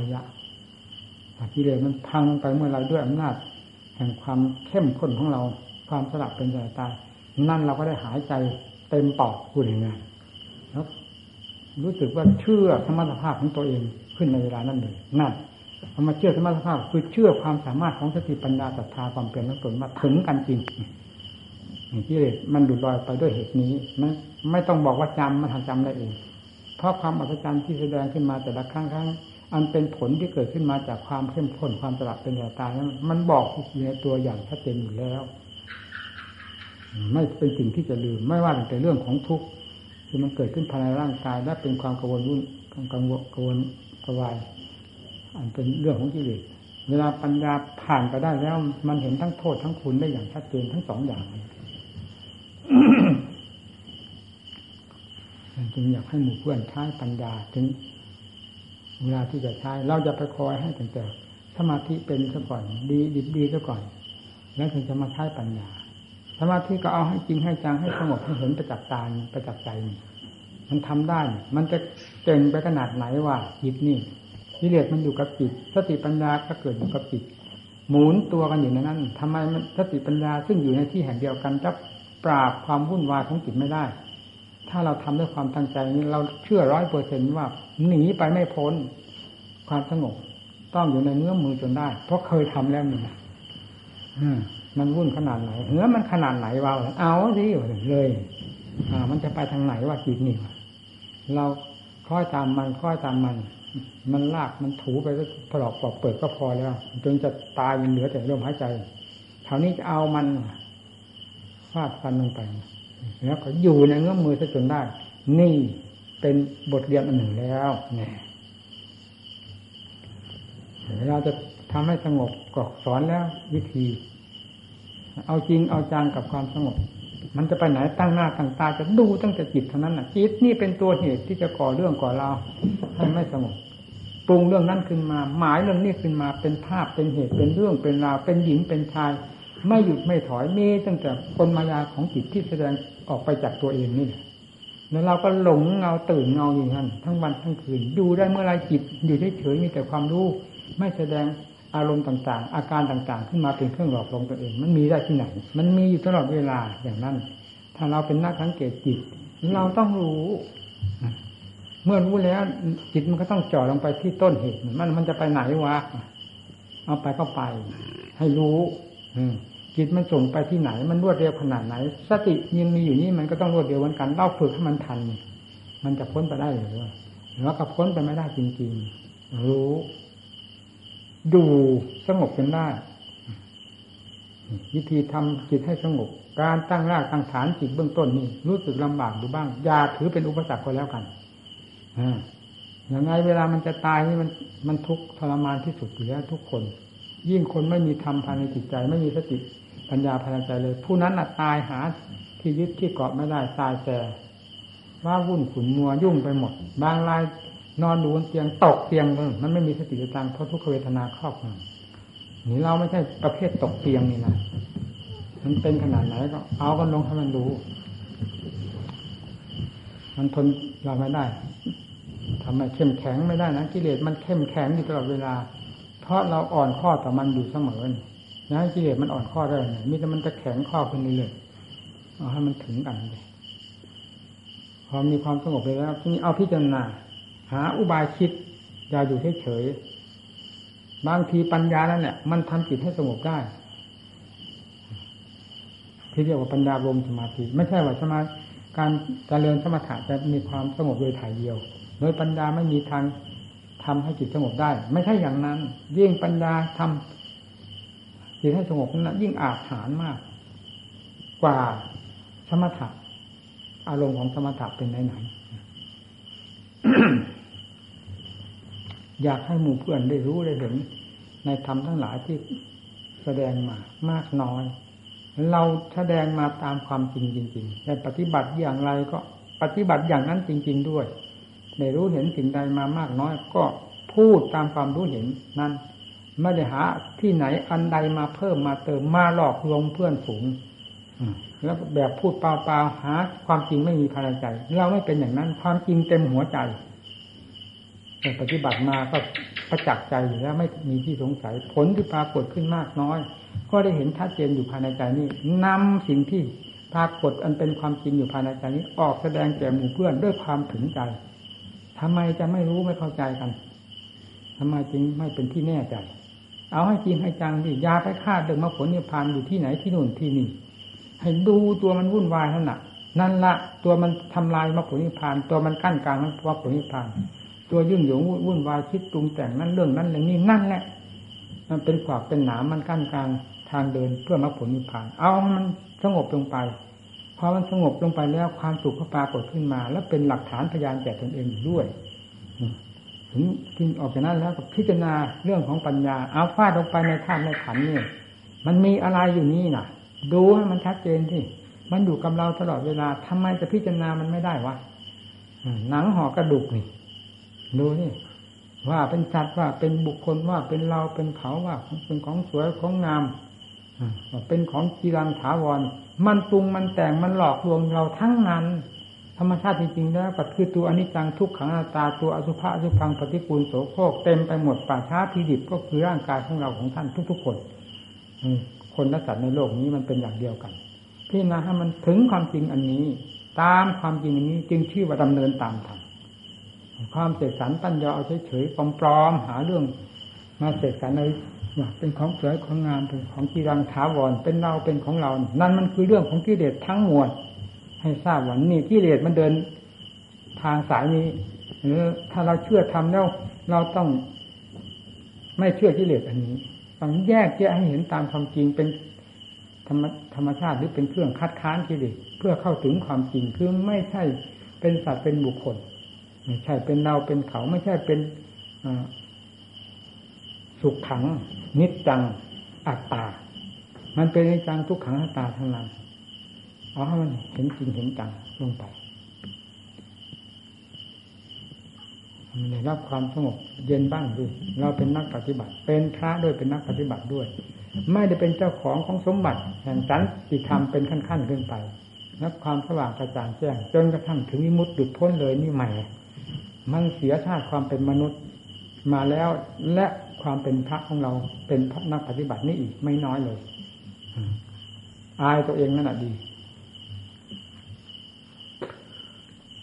กิเลสมันพังไปเมื่อไรด้วยอำนาจแห่งความเข้มข้นของเราความสลับเป็นใจตายนั่นเราก็ได้หายใจเต็มปอดพูดง่ายๆแล้วรู้สึกว่าเชื่อสมรรถภาพของตัวเองขึ้นในเวลานั้นเลยนั่นเอามาเชื่อสมรรถภาพคือเชื่อความสามารถของสติปัญญาศรัทธาความเปลี่ยนทั้งตนมาถึงกันจริงกิเลสมันดุดลอยไปด้วยเหตุนี้ไม่ต้องบอกว่าจำมันจำได้เองเพราะความอัศจรรย์ที่แสดงขึ้นมาแต่ละครั้งอันเป็นผลที่เกิดขึ้นมาจากความเข้มข้นความสลับเป็นใจตายนั้นมันบอกอยู่ในตัวอย่างชัดเจนอยู่แล้วไม่เป็นสิ่งที่จะลืมไม่ว่าแต่เรื่องของทุกข์ที่มันเกิดขึ้นภายในร่างกายและเป็นความกังวลกระวายอันเป็นเรื่องของกิเลสเวลาปัญญาผ่านไปได้แล้วมันเห็นทั้งโทษทั้งคุณได้อย่างชัดเจนทั้งสองอย่าง จึงอยากให้หมู่เพื่อนใช้ปัญญาถึงเวลาที่จะใช้เราจะไปคอยให้ตั้งแต่สมาธิเป็นซะก่อนดีซะก่อนแล้วถึงจะมาใช้ปัญญาสมาธิก็เอาให้จริงให้จังให้สงบให้เห็นประจักษ์ตาประจักษ์ใจมันทำได้มันจะเก่งไปขนาดไหนว่าจิตนี่กิเลสมันอยู่กับจิตสติปัญญาก็เกิดอยู่กับจิตหมุนตัวกันอยู่ในนั้นทำไมสติปัญญาซึ่งอยู่ในที่แห่งเดียวกันจะปราบความวุ่นวายของจิตไม่ได้ถ้าเราทำด้วยความตั้งใจนี้เราเชื่อ 100% ว่าหนีไปไม่พ้นความสงบต้องอยู่ในเงื้อมมือจนได้เพราะเคยทำแล้วนี่นะมันวุ่นขนาดไหนมันขนาดไหนวะเอาสิเลยมันจะไปทางไหนว่าจิตนี่เราค่อยตามมันลากมันถูไปก็ถลอกปอกเปิดก็พอแล้วจนจะตายมันเหลือแต่ลมหายใจคราวนี้จะเอามันฟาดฟันลงไปแล้วก็อยู่ในเงื้อมมือซะจนได้นี่เป็นบทเรียนอันหนึ่งแล้วเนี่ยเวลาจะทำให้สงบก็สอนแล้ววิธีเอาจริงเอาจังกับความสงบมันจะไปไหนตั้งหน้าตั้งตาจะดูตั้งแต่จิตเท่านั้นน่ะจิตนี่เป็นตัวเหตุที่จะก่อเรื่องก่อราวให้ไม่สงบปรุงเรื่องนั้นขึ้นมาหมายเรื่องนี้ขึ้นมาเป็นภาพเป็นเหตุเป็นเรื่องเป็นราวเป็นหญิงเป็นชายไม่หยุดไม่ถอยมีตั้งแต่กลมายาของจิตที่แสดงออกไปจากตัวเองนี่แล้วเราก็หลงเงาตื่นเงาอยู่นั่นทั้งวันทั้งคืนดูได้เมื่อไรจิตอยู่เฉยๆมีแต่ความรู้ไม่แสดงอารมณ์ต่างๆอาการต่างๆขึ้นมาเป็นเครื่องหลอกลวงตัวเองมันมีได้ที่ไหนมันมีอยู่ตลอดเวลาอย่างนั้นถ้าเราเป็นนักสังเกตจิตเราต้องรู้เมื่อรู้แล้วจิตมันก็ต้องจ่อลงไปที่ต้นเหตุมันจะไปไหนวะเอาไปก็ไปให้รู้จิตมันส่งไปที่ไหนมันรวดเร็วขนาดไหนสติยังมีอยู่นี่มันก็ต้องรวดเร็วเหมือนกันเราฝึกให้มันทันมันจะพ้นไปได้หรือว่าก็พ้นไปไม่ได้จริงๆรู้ดูสงบจนได้วิธีทำจิตให้สงบการตั้งรากตั้งฐานจิตเบื้องต้นนี่รู้สึกลำบากดูบ้างอย่าถือเป็นอุปสรรคก็แล้วกันยังไงเวลามันจะตายนี่มันทุกข์ทรมานที่สุดอยู่แล้วทุกคนยิ่งคนไม่มีธรรมภายในจิตใจไม่มีสติปัญญาภายในใจเลยผู้นั้นตายหาที่ยึดที่เกาะไม่ได้ตายแต่ว่าวุ่นขุ่นมัวยุ่งไปหมดบางรายนอนดูบนเตียงตกเตียงมันไม่มีสติตังเพราะทุกขเวทนาครอบงำนี่เราไม่ใช่ประเภทตกเตียงนี่นะมันเป็นขนาดไหนก็เอากันลงให้มันดูมันทนเราไม่ได้ทำไมเข้มแข็งไม่ได้นะกิเลสมันเข้มแข็งอยู่ตลอดเวลาเพราะเราอ่อนข้อต่อมันอยู่เสมอนะกิเลสมันอ่อนข้อได้ไงมีแต่มันจะแข็งข้อขึ้นเรื่อยๆเอาให้มันถึงกันเลยพอมีความสงบไปแล้วทีนี้เอาพิจารณาหาอุบายคิดอย่าอยู่เฉยๆบางทีปัญญานั่นแหละมันทำจิตให้สงบได้ที่เรียกว่าปัญญารวมสมาธิไม่ใช่ว่าการเจริญสมถะจะมีความสงบโดยถ่ายเดียวโดยปัญญาไม่มีทางทำให้จิตสงบได้ไม่ใช่อย่างนั้นยิ่งปัญญาทำจิตให้สงบนั้นยิ่งอาถรรพ์มากกว่าสมถะอารมณ์ของสมถะเป็นไหนอยากให้หมู่เพื่อนได้รู้ได้เห็นในธรรมทั้งหลายที่แสดงมามากน้อยเราแสดงมาตามความจริงจริงๆแต่ปฏิบัติอย่างไรก็ปฏิบัติอย่างนั้นจริงๆด้วยได้รู้เห็นสิ่งใดมามากน้อยก็พูดตามความรู้เห็นนั้นไม่ได้หาที่ไหนอันใดมาเพิ่มมาเติมมาหลอกลวงเพื่อนฝูงแล้วแบบพูดเปล่าๆหาความจริงไม่มีภายในใจเราไม่เป็นอย่างนั้นความจริงเต็มหัวใจแต่ปฏิบัติมาก็ประจักษ์ใจอยู่แล้วไม่มีที่สงสัยผลที่ปรากฏขึ้นมากน้อยก็ได้เห็นชัดเจนอยู่ภายในใจนี้นำสิ่งที่ปรากฏอันเป็นความจริงอยู่ภายในใจนี้ออกแสดงแก่หมู่เพื่อนด้วยความถึงใจทำไมจะไม่รู้ไม่เข้าใจกันทำไมจึงไม่เป็นที่แน่ใจเอาให้จริงให้จังดิอย่าไปคาดเรื่องมรรคผลนิพพานอยู่ที่ไหนที่นู่นที่นี่ให้ดูตัวมันวุ่นวายนั่นละตัวมันทำลายมรรคผลนิพพานตัวมันกั้นกลางมรรคผลนิพพานตัวยุ่งเหยิงวุ่นวายคิดปรุงแต่งนั้นเรื่องนั้นเรื่องนี้นั่นแหละมันเป็นขวากเป็นหนามมันกั้นกลางทางเดินเพื่อมรรคผลนิพพานเอามันสงบลงไปพอมันสงบลงไปแล้วความสุขก็ปรากฏขึ้นมาแล้วเป็นหลักฐานพยานแก่ตนเองอยู่ด้วยถึงกินออกจากนั้นแล้วก็พิจารณาเรื่องของปัญญาเอาฟาดลงไปในธาตุในขันธ์นี่มันมีอะไรอยู่นี่น่ะดูให้มันชัดเจนที่มันอยู่กับเราตลอดเวลาทำไมจะพิจารณามันไม่ได้วะหนังห่อกระดูกนี่ดูนี่ว่าเป็นสัตว์ว่าเป็นบุคคลว่าเป็นเราเป็นเขาว่าเป็นของสวยของงามเป็นของจีรังถาวรมันปรุงมันแต่งมันหลอกลวงเราทั้งนั้นธรรมชาติจริงๆแล้วก็คือตัวอนิจจังทุกขังอนัตตาตัวอสุภะอสุพังปฏิปูลโสโครกเต็มไปหมดป่าช้าพิดิบก็คือร่างกายของเราของท่านทุกๆคนคนและสัตว์ในโลกนี้มันเป็นอย่างเดียวกันพี่นะให้มันถึงความจริงอันนี้ตามความจริงอันนี้จึงชื่อว่าดำเนินตามธรรมความเสกสรรตั้นยอเอาเฉยๆปลอมๆหาเรื่องมาเสกสรรในเป็นของสวยของงามเป็นของจีรังถาวรเป็นเราเป็นของเรานั่นมันคือเรื่องของกิเลสทั้งมวลให้ทราบว่านี่กิเลสมันเดินทางสายนี้ถ้าเราเชื่อทำแล้วเราต้องไม่เชื่อกิเลสอันนี้ต้องแยกแยะให้เห็นตามความจริงเป็นธรรมชาติหรือเป็นเครื่องคัดค้านกิเลสเพื่อเข้าถึงความจริงคือไม่ใช่เป็นสัตว์เป็นบุคคลไม่ใช่เป็นเราเป็นเขาไม่ใช่เป็นสุขขังนิจจังอัตตามันเป็นนิจจังทุกขังอัตตาทั้งนั้นเอาให้มันเห็นจริงเห็นจังลงไปมันได้รับความสงบเย็นบ้างด้วยเราเป็นนักปฏิบัติเป็นพระด้วยเป็นนักปฏิบัติด้วยไม่ได้เป็นเจ้าของสมบัติแห่งสันติธรรมเป็นขั้นๆขึ้นไปรับความสว่างกระจ่างแจ้งจนกระทั่งถึงวิมุตติหลุดพ้นเลยนี่ใหม่มันเสียชาติความเป็นมนุษย์มาแล้วและความเป็นพระของเราเป็นนักปฏิบัตินี่อีกไม่น้อยเลยอายตัวเองนั่นแหละดี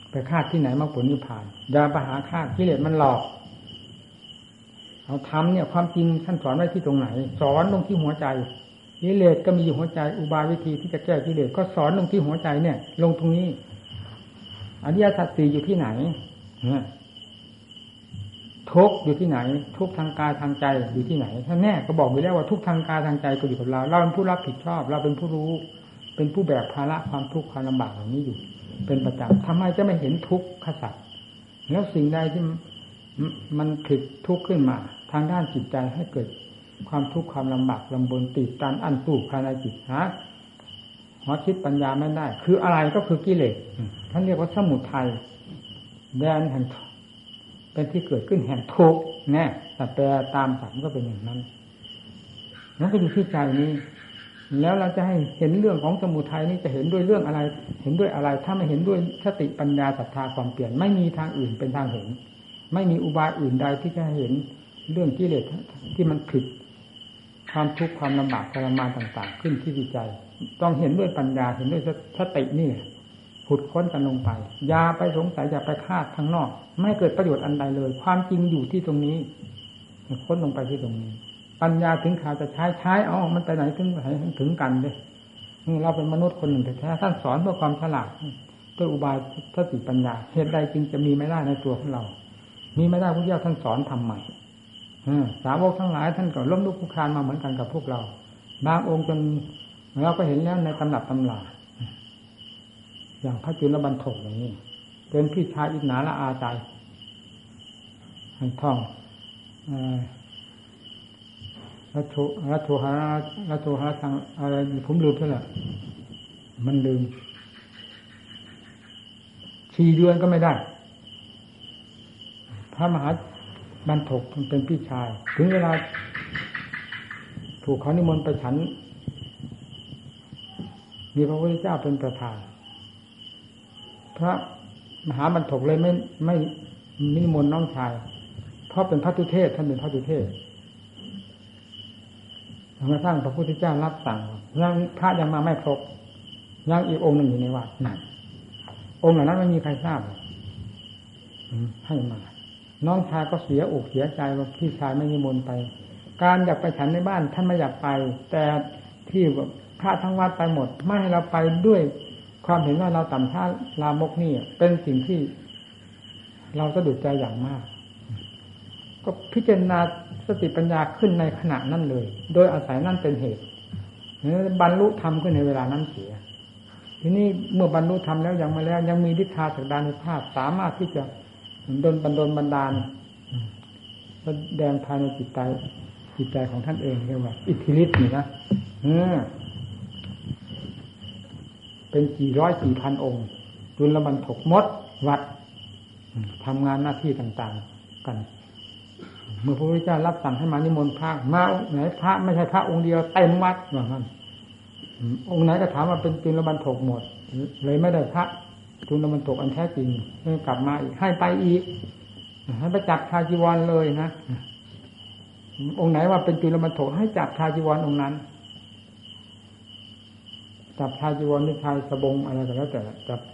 ไปคาดที่ไหนมรรคผลนิพพานอย่าไปหาคาดกิเลสมันหลอกเอาทำเนี่ยความจริงท่านสอนไว้ที่ตรงไหนสอนลงที่หัวใจกิเลสก็มีอยู่หัวใจอุบายวิธีที่จะแก้กิเลสก็สอนลงที่หัวใจเนี่ยลงตรงนี้อริยสัจสี่อยู่ที่ไหนทุกข์อยู่ที่ไหนทุกข์ทางกายทางใจอยู่ที่ไหนท่านแน่ก็บอกไปแล้วว่าทุกข์ทางกายทางใจก็อยู่กับเราเราเป็นผู้รับผิดชอบเราเป็นผู้รู้เป็นผู้แบกภาระความทุกข์ความลำบากเหล่านี้อยู่เป็นประจำทำไมจะไม่เห็นทุกข์ขสัตว์แล้วสิ่งใดที่มันผิดทุกข์ขึ้นมาทางด้านจิตใจให้เกิดความทุกข์ความลำบากลำบนติดตันอั้นตู้ภายในจิตหัวคิดปัญญาไม่ได้คืออะไรก็คือกิเลสท่านเรียกว่าสมุทัยแดนแห่งเป็นที่เกิดขึ้นแห่งทุกข์แน่แต่แปลตามศัพท์ก็เป็นอย่างนั้นนั่นก็อยู่ที่ใจนี้แล้วเราจะให้เห็นเรื่องของสมุทัยนี้จะเห็นด้วยเรื่องอะไรเห็นด้วยอะไรถ้าไม่เห็นด้วยสติปัญญาศรัทธาความเปลี่ยนไม่มีทางอื่นเป็นทางเห็นไม่มีอุบายอื่นใดที่จะเห็นเรื่องกิเลสที่มันผิดความทุกข์ความลำบากทรมานต่างๆขึ้นที่จิตใจต้องเห็นด้วยปัญญาเห็นด้วยสตินี่ขุดค้นกันลงไปอย่าไปสงสัยอย่าไปคาดข้างนอกไม่เกิดประโยชน์อันใดเลยความจริงอยู่ที่ตรงนี้ค้นลงไปที่ตรงนี้ปัญญาถึงข่าวจะใช้เอามันไปไหนถึงกันเลยเราเป็นมนุษย์คนหนึ่งแท้ๆท่านสอนเพื่อความฉลาดด้วยอุบายสติปัญญาเหตุใดจึงจะมีไม่ได้ในตัวของเรามีไม่ได้พระเจ้าท่านสอนทำใหม่สาวกทั้งหลายท่านก็ล้มลุกคลุกคลานมาเหมือนกันกับพวกเราบางองค์จนเราก็เห็นแล้วในตำรับตำราอย่างพระจุลบรรทกอย่างนี้เป็นพี่ชายอิจฉาละอาใจให้ท่องรัชโชหะทางอะไรผมลืมเท่าไหร่มันลืม4 เดือนก็ไม่ได้พระมหาบรรทกเป็นพี่ชายถึงเวลาถูกเขานิมนต์ไปฉันมีพระพุทธเจ้าเป็นประธานพระมหาบรรทกเลยไม่นิมนต์น้องชายเพราะเป็นพระทุเทศท่านเป็นพระทุเทศจนกระทั่งพระพุทธเจ้ารับสั่งยังพระยังมาไม่ครบยังอีกองค์หนึ่งอยู่ในวัดนั่นองค์เหล่านั้นไม่มีใครทราบให้มาน้องชายก็เสียอกเสียใจว่าพี่ชายไม่นิมนต์ไปการอยากไปฉันในบ้านท่านไม่อยากไปแต่ที่พระทั้งวัดไปหมดไม่ให้เราไปด้วยความเห็นว่าเราต่ำช้าลามกนี่เป็นสิ่งที่เราสะดุดใจอย่างมากก็พิจารณาสติปัญญาขึ้นในขณะนั้นเลยโดยอาศัยนั่นเป็นเหตุบรรลุธรรมขึ้นในเวลานั้นเสียทีนี้เมื่อบรรลุธรรมแล้วยังไม่แล้วยังมีฤทธาศักดานุภาพสามารถที่จะดลบันดาลแสดงภายในจิตใจของท่านเองเรียกว่าอิทธิฤทธิ์นี่นะเป็น400-4,000 องค์จุลบรรทกมดวัดทำงานหน้าที่ต่างๆกันเมื่อพระพุทธเจ้ารับสั่งให้มานิมนต์พระมาไหนพระไม่ใช่พระองค์เดียวเต็มวัดว่างั้นองค์ไหนก็ถามว่าเป็นจุลบรรทกหมดเลยไม่ได้พระจุลบรรทกอันแท้จริงกลับมาอีกให้ไปอีกให้ไปจับชาจีวรเลยนะองค์ไหนว่าเป็นจุลบรรทกให้จับชาจีวรองค์นั้นจับชาจีวรหรือชายสบงอะไรก็แล้วแต่จับ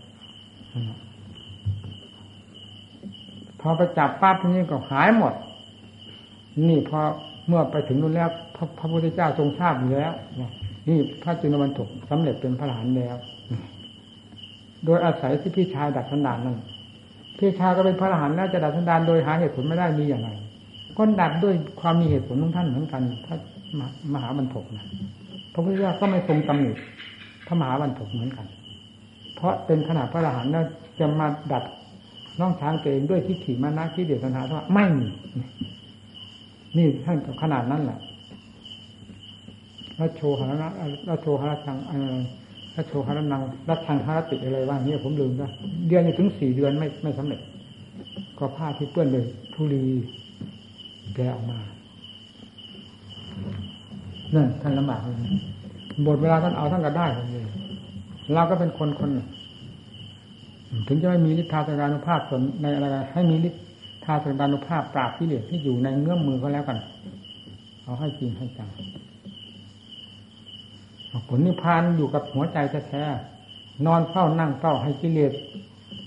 พอไปจับปั๊บนี่ก็หายหมดนี่พอเมื่อไปถึงนู่นแล้วพระพุทธเจ้าทรงทราบอยู่แล้วนี่พระจุลบรรทกสำเร็จเป็นพระอรหันต์แล้วโดยอาศัยที่พี่ชายดัดสันดานนั่นพี่ชายก็เป็นพระอรหันต์แล้วจะดัดสันดานโดยหาเหตุผลไม่ได้มีอย่างไรก็ดัดด้วยความมีเหตุผลของท่านเหมือนกันพระมหาบรรทกนะพระพุทธเจ้าก็ไม่ทรงตำหนิพระมหาบรรทกเหมือนกันเพราะเป็นขนาดพระอรหันต์แล้วจะมาดัดน้องช้างตัวเองด้วยทิฏฐิมานะที่เดียดตัณหาว่าไม่มีนี่ท่านขนาดนั้นแหละรัชโชหระรัชโชหระชังรัชโชหระนังรัชชังหรติอะไรว่านี่ผมลืมแล้วเดือนถึง4 เดือนไม่สำเร็จก็ผ้าที่เปื้อนเลยธุลีแกออกมานั่นท่านลำบากบทเวลาท่านเอาท่านก็ได้เลยเราก็เป็นคนหนึ่งถึงจะไม่มีฤทธาศักดานุภาพส่วนในอะไรให้มีฤทธาศักดานุภาพปราบกิเลสที่อยู่ในเงื้อมมือก็แล้วกันเอาให้จริงให้จังผลนิพพานอยู่กับหัวใจแท้ๆนอนเฝ้านั่งเฝ้าให้กิเลส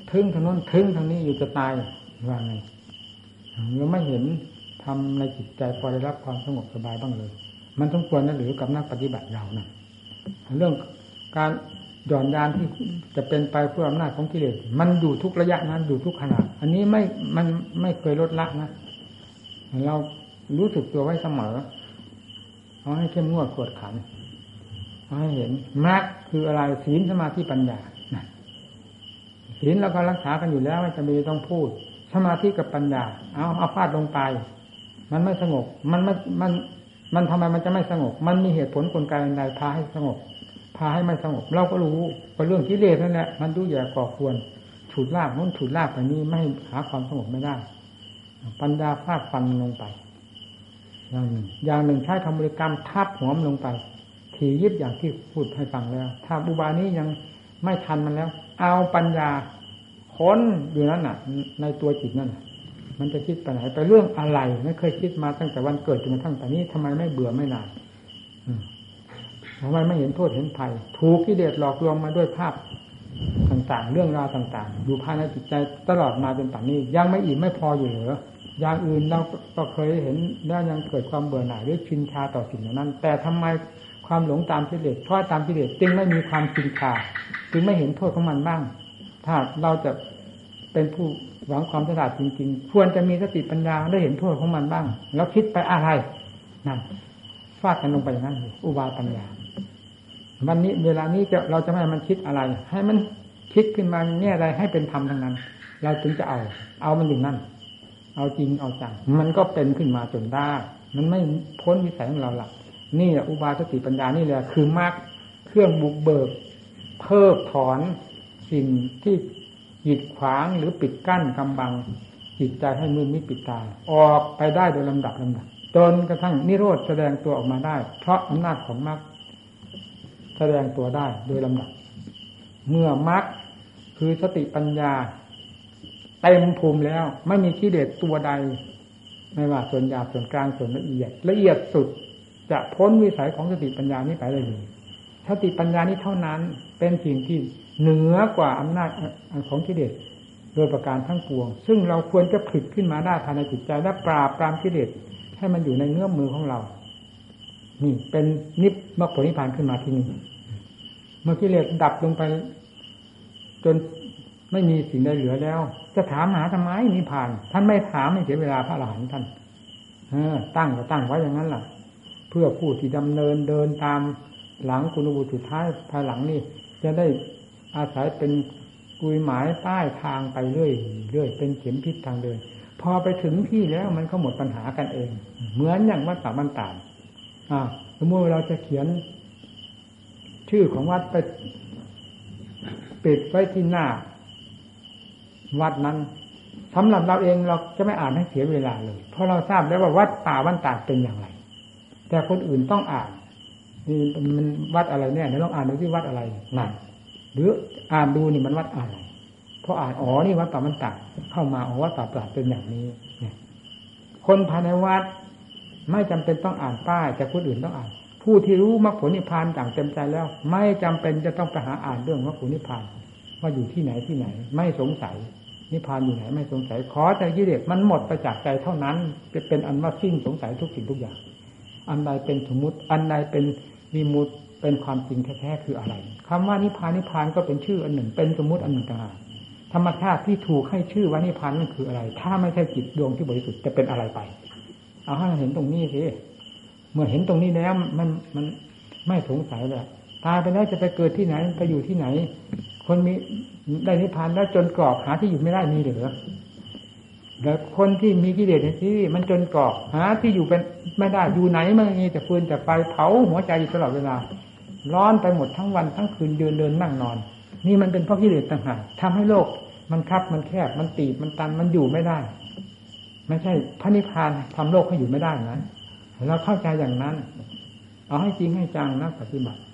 ทึ่งทางโน้นทึ่งทางนี้อยู่จะตายว่าไงเราไม่เห็นทำในจิตใจพอได้รับความสงบสบายบ้างเลยมันสมควรนะหรือกับนักปฏิบัติเรานะเรื่องการหย่อนยานที่จะเป็นไปเพื่ออำนาจของกิเลสมันอยู่ทุกระยะนั้นอยู่ทุกขณะอันนี้มันไม่เคยลดละนะเรารู้สึกตัวไว้เสมอเอาให้เข้มงวดกวดขันเอาให้เห็นมรรคคืออะไรศีลสมาธิปัญญาศีลเราก็รักษากันอยู่แล้วไม่จำเป็นต้องพูดสมาธิกับปัญญาเอาฟาดลงไปมันไม่สงบมันทำไมมันจะไม่สงบมันมีเหตุผลกลไกใดพาให้สงบพาให้ไม่สงบเราก็รู้ว่าเรื่องกิเลสนั่นแหละมันยุ่ยแย่ก่อควรฉุดลากนู้นฉุดลากไปนี้ไม่หาความสงบไม่ได้ปัญญาฟาดฟันลงไปอย่างหนึ่งใช้คำบริกรรมทับหัวมันลงไปถี่ยิบอย่างที่พูดให้ฟังแล้วถ้าอุบายนี้ยังไม่ทันมันแล้วเอาปัญญาค้นอยู่นั้นน่ะในตัวจิตนั่นมันจะคิดไปไหนไปเรื่องอะไรไม่เคยคิดมาตั้งแต่วันเกิดจนกระทั่งตอนนี้ทำไมไม่เบื่อไม่นานทำไมไม่เห็นโทษเห็นภัยถูกกิเลสหลอกลวงมาด้วยภาพต่างๆเรื่องราวต่างๆอยู่ภายในจิตใจตลอดมาจนป่านนี้ยังไม่อิ่มไม่พออยู่เหรออย่างอื่นเราก็เคยเห็นแล้วยังเกิดความเบื่อหน่ายหรือชินชาต่อสิ่งนั้นแต่ทำไมความหลงตามกิเลสคล้อยตามกิเลสจึงไม่มีความชินชาจึงไม่เห็นโทษของมันบ้างถ้าเราจะเป็นผู้หวังความฉลาดจริงๆควรจะมีสติปัญญาได้เห็นโทษของมันบ้างแล้วคิดไปอะไรนั่นฟาดกันลงไปอย่างนั้นอุบายปัญญาวันนี้เวลานี้เราจะไม่ให้มันคิดอะไรให้มันคิดขึ้นมาแง่ใดให้เป็นธรรมทั้งนั้นเราถึงจะเอามันอยู่นั่นเอาจริงเอาจังมันก็เป็นขึ้นมาจนได้มันไม่พ้นวิสัยของเราหลักนี่แหละอุบายสติปัญญานี่แหละคือมรรคเครื่องบุกเบิกเพิกถอนสิ่งที่กีดขวางหรือปิดกั้นกำบังจิตใจให้มืดมิดปิดตาออกไปได้โดยลำดับจนกระทั่งนิโรธแสดงตัวออกมาได้เพราะอำนาจของมรรคแสดงตัวได้โดยลำดับเมื่อมรรคคือสติปัญญาเต็มภูมิแล้วไม่มีกิเลสตัวใดไม่ว่าส่วนหยาบส่วนกลางส่วนละเอียดสุดจะพ้นวิสัยของสติปัญญานี้ไปได้เลยสติปัญญานี้เท่านั้นเป็นสิ่งที่เหนือกว่าอำนาจของกิเลสโดยประการทั้งปวงซึ่งเราควรจะผลิตขึ้นมาได้ภายในจิตใจและปราบปรามกิเลสให้มันอยู่ในเงื้อมมือของเรานี่เป็นมรรคผลนิพพานขึ้นมาที่นี่เมื่อกิเลสดับลงไปจนไม่มีสิ่งใดเหลือแล้วจะถามหาทำไมนิพพานท่านไม่ถามไม่เสียเวลาพระอรหันต์ท่านตั้งก็ตั้งไว้อย่างนั้นล่ะเพื่อผู้ที่ดำเนินเดินตามหลังคุณบุตรสุดท้ายภายหลังนี่จะได้อาศัยเป็นกุยหมายป้ายทางไปเรื่อยเป็นเข็มทิศทางเดินพอไปถึงที่แล้วมันก็หมดปัญหากันเองเหมือนอย่างวัดป่าบ้านตาดสมมติเราจะเขียนชื่อของวัดไปปิดไว้ที่หน้าวัดนั้นสำหรับเราเองเราจะไม่อ่านให้เสียเวลาเลยเพราะเราทราบแล้วว่าวัดป่าบ้านตาดเป็นอย่างไรแต่คนอื่นต้องอ่านนี่มันวัดอะไรเนี่ยเดี๋ยวลองอ่านดูที่วัดอะไรนั่นหรืออ่านดูนี่มันวัดอะไรเพราะอ่านนี่วัดป่าบ้านตาดเข้ามาวัดป่าบ้านตาดเป็นอย่างนี้เนี่ยคนภายในวัดไม่จำเป็นต้องอ่านป้ายแต่คนอื่นต้องอ่านผู้ที่รู้มรรคผลนิพพานอย่างเต็มใจแล้วไม่จำเป็นจะต้องไปหาอ่านเรื่องมรรคผลนิพพานว่าอยู่ที่ไหนไม่สงสัยนิพพานอยู่ไหนไม่สงสัยขอแต่กิเลสมันหมดไปจากใจเท่านั้นจะเป็นอันว่าสิ้นสงสัยทุกสิ่งทุกอย่างอันใดเป็นสมมุติอันใดเป็นวิมุตติเป็นความจริงแท้ๆคืออะไรคำว่านิพพานก็เป็นชื่ออันหนึ่งเป็นสมมุติอันหนึ่งต่างหากธรรมชาติที่ถูกให้ชื่อว่านิพพานนั่นคืออะไรถ้าไม่ใช่จิตดวงที่บริสุทธิ์จะเป็นอะไรไปเอาให้เห็นตรงนี้สิเมื่อเห็นตรงนี้แล้วมันไม่สงสัยแล้วตายไปแล้วจะไปเกิดที่ไหนไปอยู่ที่ไหนคนมีได้นิพพานแล้วจนกรอกหาที่อยู่ไม่ได้มีหรือแต่คนที่มีกิเลสในที่มันจนกรอกหาที่อยู่เป็นไม่ได้อยู่ไหนมันมีแต่ฟืนแต่ไฟเผาหัวใจอยู่ตลอดเวลาร้อนไปหมดทั้งวันทั้งคืนเดินนั่งนอนนี่มันเป็นเพราะกิเลสต่างหากทำให้โลกมันคับมันแคบมันตีบมันตันมันอยู่ไม่ได้ไม่ใช่พระนิพพานทำโลกให้อยู่ไม่ได้นะเราเข้าใจอย่างนั้นเอาให้จริงให้จังนะปฏิบัติ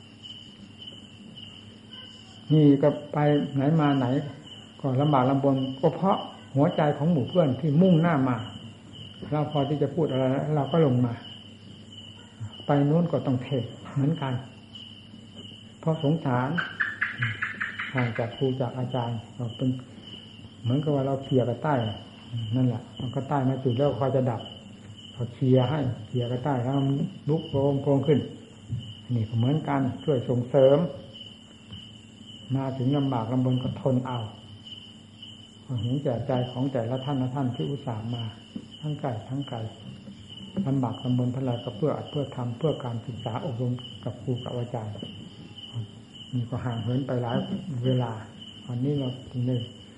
นี่ก็ไปไหนมาไหนก็ลำบากลำบนก็เพราะหัวใจของหมู่เพื่อนที่มุ่งหน้ามาเราพอที่จะพูดอะไรเราก็ลงมาไปโน้นก็ต้องเทศเหมือนกันเพราะสงสารห่างจากครูจากอาจารย์เราเป็นเหมือนกับว่าเราเคลียร์กระใต้นั่นแหละมันก็ใต้มาจุดแล้วคอยจะดับพอเคลียร์ให้เคลียร์กระใต้แล้วมันลุกโงขึ้นนี่ก็เหมือนกันช่วยส่งเสริมมาถึงลำบากลำบนก็ทนเอาเห็นแก่ใจของแต่ละท่านที่อุตส่าห์มาทั้งไกลทั้งไกลลำบากลำบนเท่าไรก็เพื่ออัดเพื่อทำเพื่อการศึกษาอบรมกับครูกับอาจารย์นี่ก็ห่างเหินไปหลายเวลาวันนี้เราจึงได้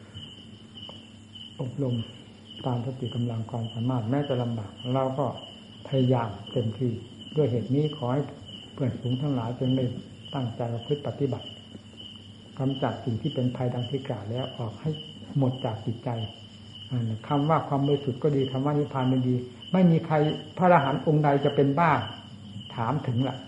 อบรมตามสติกำลังความสามารถแม้จะลำบากเราก็พยายามเต็มที่ด้วยเหตุนี้ขอให้เพื่อนฝูงทั้งหลายจงได้ตั้งใจประพฤติปฏิบัติกำจัดสิ่งที่เป็นภัยดังที่กล่าวแล้วออกให้หมดจากจิตใจคำว่าความบริสุทธิ์ก็ดีคำว่านิพพานก็ดีไม่มีใครพระอรหันต์องค์ใดจะเป็นบ้าถามถึงล่ะ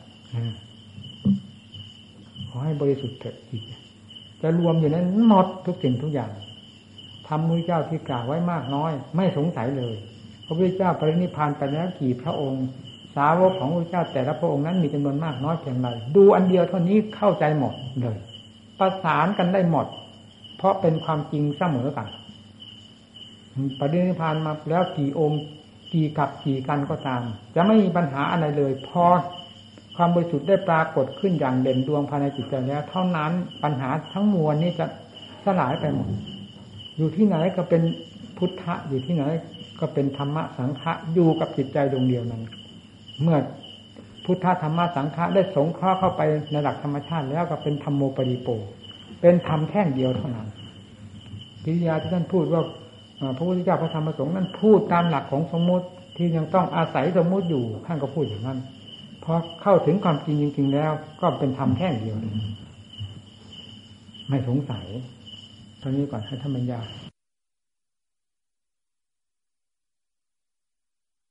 ขอให้บริสุทธิ์เถิดจิตจะรวมอยู่นั้นหมดทุกสิ่งทุกอย่างทำมือเจ้าที่กล่าวไว้มากน้อยไม่สงสัยเลยพระพุทธเจ้าปรินิพพานไปแล้วกี่พระองค์สาวกของพระพุทธเจ้าแต่ละพระองค์นั้นมีจำนวนมากน้อยเพียงไรดูอันเดียวเท่านี้เข้าใจหมดเลยประสานกันได้หมดเพราะเป็นความจริงเสมอกันปรินิพพานมาแล้วกี่องค์กี่กับกี่กันก็ตามจะไม่มีปัญหาอะไรเลยพอความบริสุทธิ์ได้ปรากฏขึ้นอย่างเด่นดวงภายในจิตใจแล้วเท่านั้นปัญหาทั้งมวลนี้จะสลายไปหมดอยู่ที่ไหนก็เป็นพุทธะอยู่ที่ไหนก็เป็นธรรมะสังฆะอยู่กับจิตใจดวงเดียวนั้นเมื่อพุทธะธรรมะสังฆะได้สงเคราะห์เข้าไปในหลักธรรมชาติแล้วก็เป็นธัมโมปริโปเป็นธรรมแท่งเดียวเท่านั้นกิริยาที่ท่านพูดว่าพระพุทธเจ้าพระธรรมพระสงฆ์นั้นพูดตามหลักของสมมติที่ยังต้องอาศัยสมมติอยู่ท่านก็พูดอย่างนั้นพอเข้าถึงความจริงจริงๆแล้วก็เป็นธรรมแท่งเดียวไม่สงสัยตอนนี้ก่อนให้ท่านบรรยาย